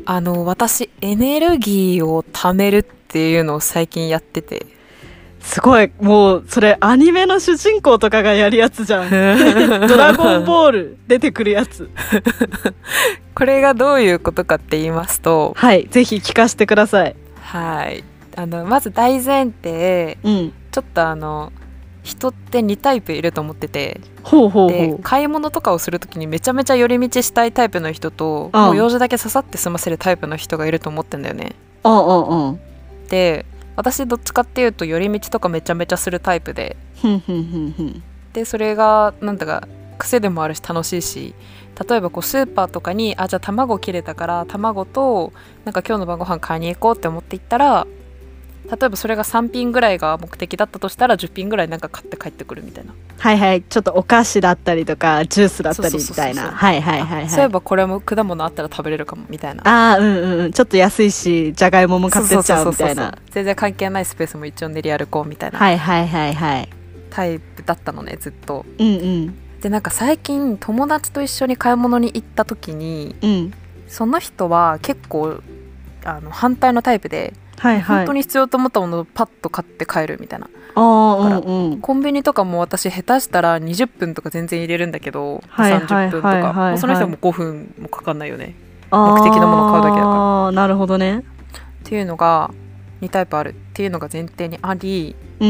私、エネルギーを貯めるっていうのを最近やってて。 すごい、もう、それ、アニメの主人公とかがやるやつじゃん。ドラゴンボール出てくるやつ。 これがどういうことかって言いますと、 はい、ぜひ聞かせてください。 はい。まず大前提、 うん。 ちょっと人って2タイプいると思ってて、 ほうほうほでう。 買い物とかをするときにめちゃめちゃ寄り道したいタイプの人と、 うんもう用事だけささって済ませるタイプの人がいると思ってんだよね。 うんうんうん。 で、私どっちかっていうと寄り道とかめちゃめちゃするタイプで、 ふんふんふんふん。 でそれがなんだか癖でもあるし楽しいし、例えばこうスーパーとかにじゃあ卵切れたから卵となんか今日の晩ご飯買いに行こうって思って行ったら、例えばそれが3品ぐらいが目的だったとしたら10品ぐらいなんか買って帰ってくるみたいな。 はいはい。ちょっとお菓子だったりとか、ジュースだったりみたいな。 そうそうそうそうはいはいはいはい。 そういえばこれも果物あったら食べれるかもみたいな。 ああ、うんうんうん。ちょっと安いし、じゃがいもも買ってっちゃうみたいな。 全然関係ないスペースも一応練り歩こうみたいなはいはいはいはい。 タイプだったのね、ずっと。 うんうん。 でなんか最近友達と一緒に買い物に行った時に、 うん。 その人は結構反対のタイプで、 はいはい。 本当に必要と思ったものをパッと買って帰るみたいな。 ああ、うんうん。 コンビニとかも私下手したら20分とか全然入れるんだけど、 はいはい 30分とか、 はいはいはいもうその人はもう5分もかかんないよね。目的のものを買うだけだから。 ああ、なるほどね。 っていうのが2タイプあるっていうのが前提にあり、 うん。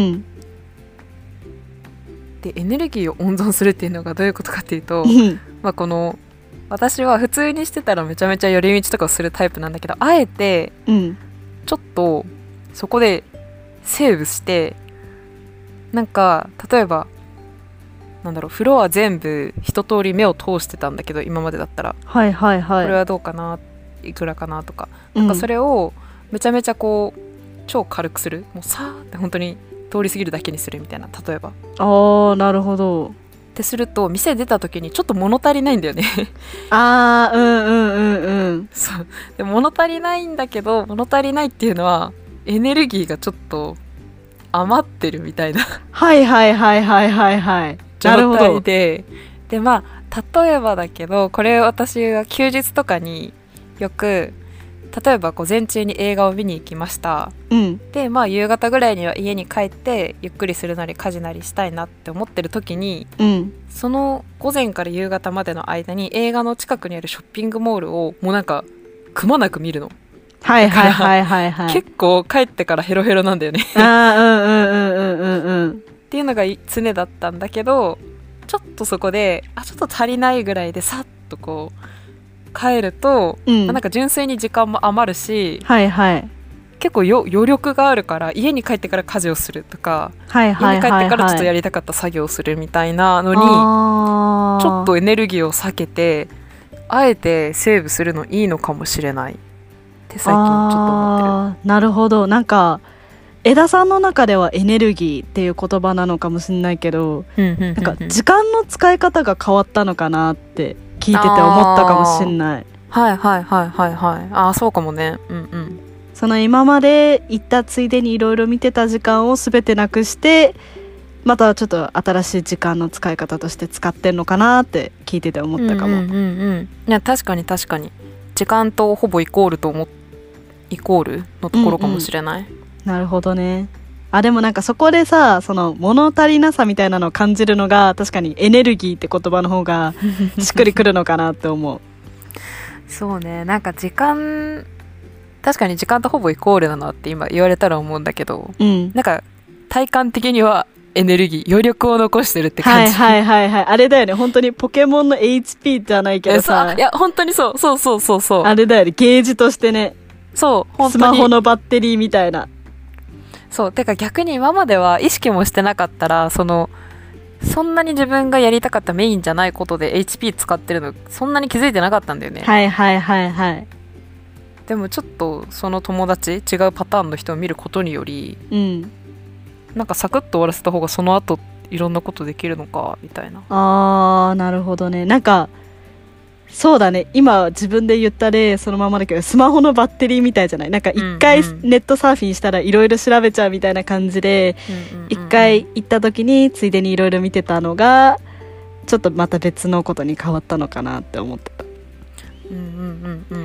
でエネルギーを温存するっていうのがどういうことかっていうと、この私は普通にしてたらめちゃめちゃ寄り道とかをするタイプなんだけど、あえてうん。 ちょっとそこでセーブして、なんか例えばフロア全部一通り目を通してたんだけど、今までだったらはいはいはい。 これはどうかな、いくらかなとか、なんかそれをめちゃめちゃこう超軽くする、もうさーって本当に通り過ぎるだけにするみたいな。例えばああ、なるほど。 ってすると店出た時にちょっと物足りないんだよね。 ああ、うんうんうんうん。 そうで物足りないんだけど、物足りないっていうのはエネルギーがちょっと余ってるみたいなはいはいはいはいはいはい。なる状ほど。 態で、で例えばだけど、これ私が休日とかによく、例えば午前中に映画を見に行きました。 うん。 で夕方ぐらいには家に帰ってゆっくりするなり家事なりしたいなって思ってる時に、 うん。 その午前から夕方までの間に映画の近くにあるショッピングモールをもうなんかくまなく見るの。 はいはいはいはいはい。 結構帰ってからヘロヘロなんだよね。 ああ、うんうんうんうんうん。 っていうのが常だったんだけど、ちょっとそこでちょっと足りないぐらいでさっとこう帰ると、なんか純粋に時間も余るし、 はいはい。 結構余力があるから、家に帰ってから家事をするとか、 はいはいはいはい、 家に帰ってからちょっとやりたかった作業をするみたいなのにちょっとエネルギーを避けて、あえてセーブするのいいのかもしれないって最近ちょっと思ってる。 なるほど。なんか江田さんの中ではエネルギーっていう言葉なのかもしれないけど、なんか時間の使い方が変わったのかなって聞いてて思ったかもしれない。 はいはいはいはいはい。そうかもね。うんうん。 その今まで行ったついでにいろいろ見てた時間を全てなくして、またちょっと新しい時間の使い方として使ってんのかなって聞いてて思ったかも。 いや確かに確かに、時間とほぼイコールのところかもしれない。 なるほどね。でもなんかそこでさ、その物足りなさみたいなのを感じるのが、確かにエネルギーって言葉の方がしっくりくるのかなって思う。 そうね、なんか確かに時間とほぼイコールだなって今言われたら思うんだけど、なんか体感的にはエネルギー、余力を残してるって感じ。 はいはいはいはい。あれだよね、本当にポケモンの HP じゃないけどさ。 いや本当にそう。 あれだよね、ゲージとしてね。 そう本当にスマホのバッテリーみたいな。 そうてか逆に今までは意識もしてなかったら、そんなに自分がやりたかったメインじゃないことで HP 使ってるのそんなに気づいてなかったんだよね。 はいはいはいはい。 でもちょっとその友達、違うパターンの人を見ることにより、なんかサクッと終わらせた方がその後いろんなことできるのかみたいな。 なるほどね。なんかそうだね、今自分で言った例そのままだけど、スマホのバッテリーみたいじゃない。なんか一回ネットサーフィンしたらいろいろ調べちゃうみたいな感じで、一回行った時についでにいろいろ見てたのがちょっとまた別のことに変わったのかなって思ってた。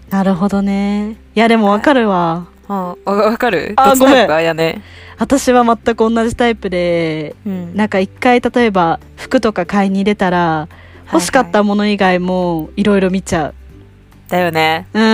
なるほどね。いやでもわかるわ。 わかる？ あ、 どっちタイプ？あやね。 私は全く同じタイプで、なんか一回例えば服とか買いに出たら、欲しかったもの以外もいろいろ見ちゃう。 だよね。 うん。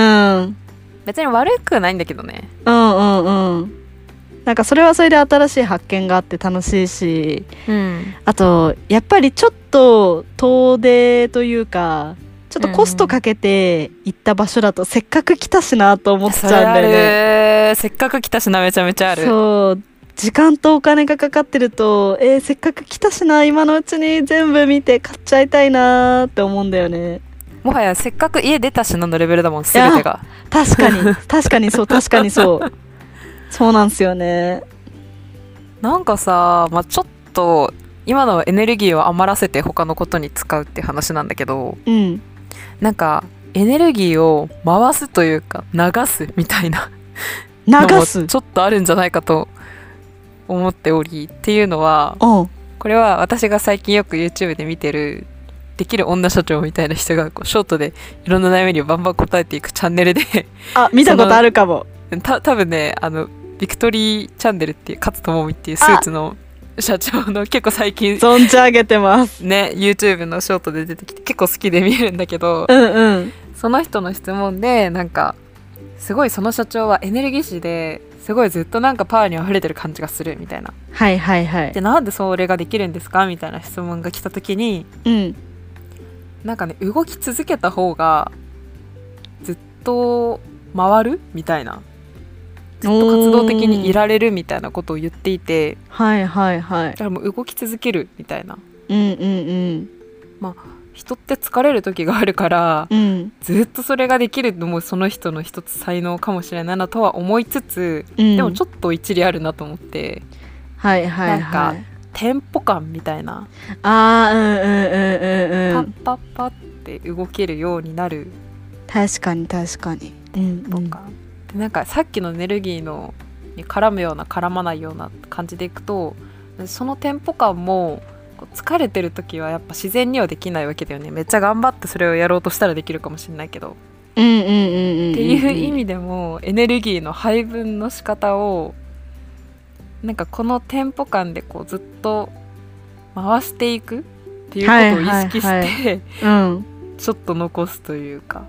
別に悪くないんだけどね。 うんうんうん。なんかそれはそれで新しい発見があって楽しいし、あとやっぱりちょっと遠出というか、ちょっとコストかけて行った場所だとせっかく来たしなと思っちゃうんだよね。 せっかく来たしな、めちゃめちゃある。 そう、時間とお金がかかってると、せっかく来たしな、今のうちに全部見て買っちゃいたいなって思うんだよね。 もはやせっかく家出たしなのレベルだもん、全てが。 確かに確かにそう、確かにそうそうなんですよね。 なんかさ、ちょっと今のエネルギーを余らせて他のことに使うって話なんだけど、なんかエネルギーを回すというか流すみたいな流すちょっとあるんじゃないかと思っており、っていうのは、これは私が最近よく YouTube で見てるできる女社長みたいな人がこうショートでいろんな悩みにバンバン答えていくチャンネルで見たことあるかも。 多分ね、ビクトリーチャンネルっていう勝智美っていうスーツの社長の結構最近存じ上げてますね、 YouTube のショートで出てきて結構好きで見るんだけど、その人の質問でなんかすごいその社長はエネルギッシュですごいずっとなんかパワーに溢れてる感じがするみたいな。 はいはいはい。 で、なんでそれができるんですかみたいな質問が来た時に、なんかね、動き続けた方がずっと回るみたいな、ずっと活動的にいられるみたいなことを言っていて、 はいはいはい。 だからもう動き続けるみたいな。 まあ人って疲れる時があるから、ずっとそれができるのもその人の一つ才能かもしれないなとは思いつつ、でもちょっと一理あるなと思って、なんかテンポ感みたいな、パッパッパって動けるようになる。 確かに確かに。 テンポ感、でなんかさっきのエネルギーのに絡むような絡まないような感じでいくと、そのテンポ感も疲れてる時はやっぱ自然にはできないわけだよね。めっちゃ頑張ってそれをやろうとしたらできるかもしれないけど、っていう意味でもエネルギーの配分の仕方をなんかこのテンポ感でこうずっと回していくっていうことを意識してちょっと残すというか、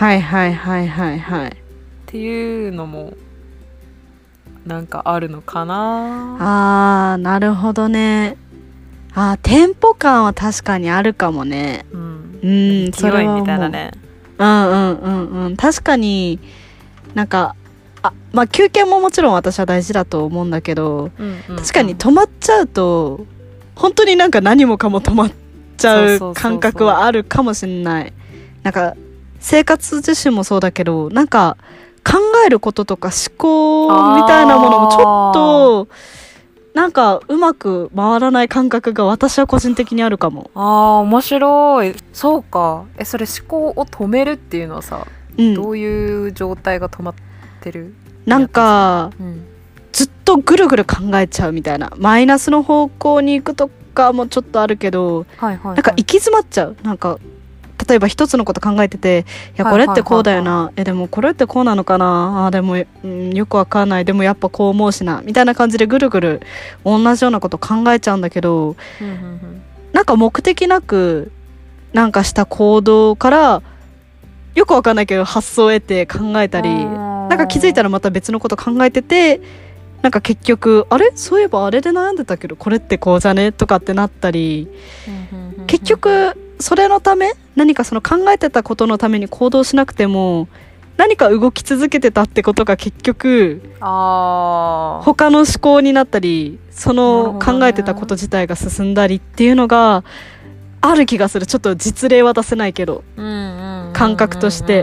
っていうのもなんかあるのかな。 なるほどね。テンポ感は確かにあるかもね。 それみたいなね。 確かになんか休憩ももちろん私は大事だと思うんだけど、確かに止まっちゃうと本当になんか何もかも止まっちゃう感覚はあるかもしれない。なんか生活自身もそうだけど、なんか考えることとか思考みたいなものもちょっとなんかうまく回らない感覚が私は個人的にあるかも。 面白い。そうか。それ思考を止めるっていうのはさ、どういう状態が止まってる？ なんか、ずっとぐるぐる考えちゃうみたいな。マイナスの方向に行くとかもちょっとあるけど、なんか行き詰まっちゃう。なんか例えば一つのこと考えてて、いやこれってこうだよな、でもこれってこうなのかな、でも、よくわかんない、でもやっぱこう思うしなみたいな感じでぐるぐる同じようなこと考えちゃうんだけど、なんか目的なくなんかした行動からよくわかんないけど発想を得て考えたり、なんか気づいたらまた別のこと考えてて、なんか結局あれそういえばあれで悩んでたけどこれってこうじゃねとかってなったり、結局それのため、何かその考えてたことのために行動しなくても何か動き続けてたってことが結局他の思考になったり、その考えてたこと自体が進んだりっていうのがある気がする。ちょっと実例は出せないけど、感覚として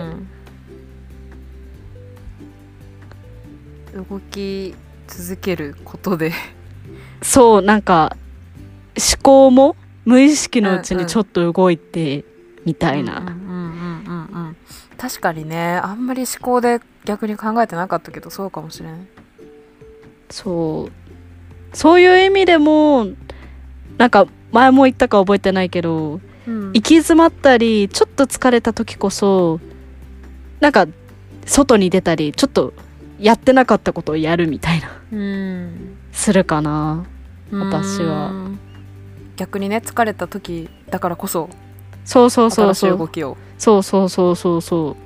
動き続けることでそう、なんか思考も無意識のうちにちょっと動いてみたいな。 確かにね、あんまり思考で逆に考えてなかったけどそうかもしれん。 そういう意味でもなんか前も言ったか覚えてないけど、行き詰まったりちょっと疲れた時こそなんか外に出たりちょっとやってなかったことをやるみたいなうんするかな私は。 逆にね疲れた時だからこそそうそうそう新しそいう動きをそうそうそうそうそう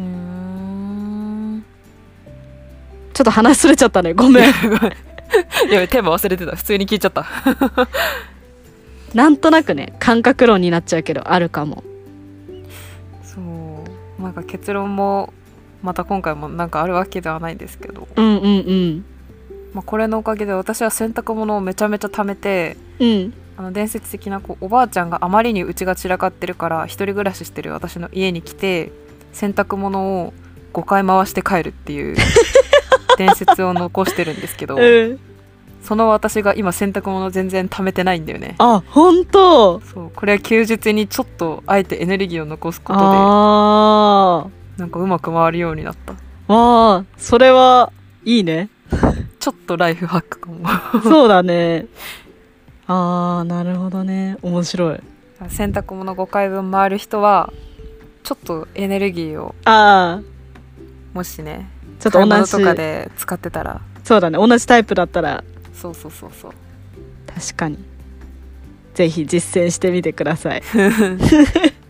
ちょっと話すれちゃったねごめんいやテーマ忘れてた普通に聞いちゃったなんとなくね感覚論になっちゃうけどあるかも。 そうなんか結論もまた今回もなんかあるわけではないんですけど、 うんうんうんまあ、これのおかげで私は洗濯物をめちゃめちゃ貯めて、 うん伝説的なおばあちゃんがあまりに家が散らかってるから一人暮らししてる私の家に来て洗濯物を5回回して帰るっていう伝説を残してるんですけど、その私が今洗濯物全然貯めてないんだよね。 あ本当。 そうこれは休日にちょっとあえてエネルギーを残すことでなんかうまく回るようになった。 あそれはいいねちょっとライフハックかもそうだね。なるほどね面白い。 洗濯物5回分回る人はちょっとエネルギーをもしねちょっと同じ買い物とかで使ってたらそうだね同じタイプだったらそうそうそうそう確かにぜひ実践してみてください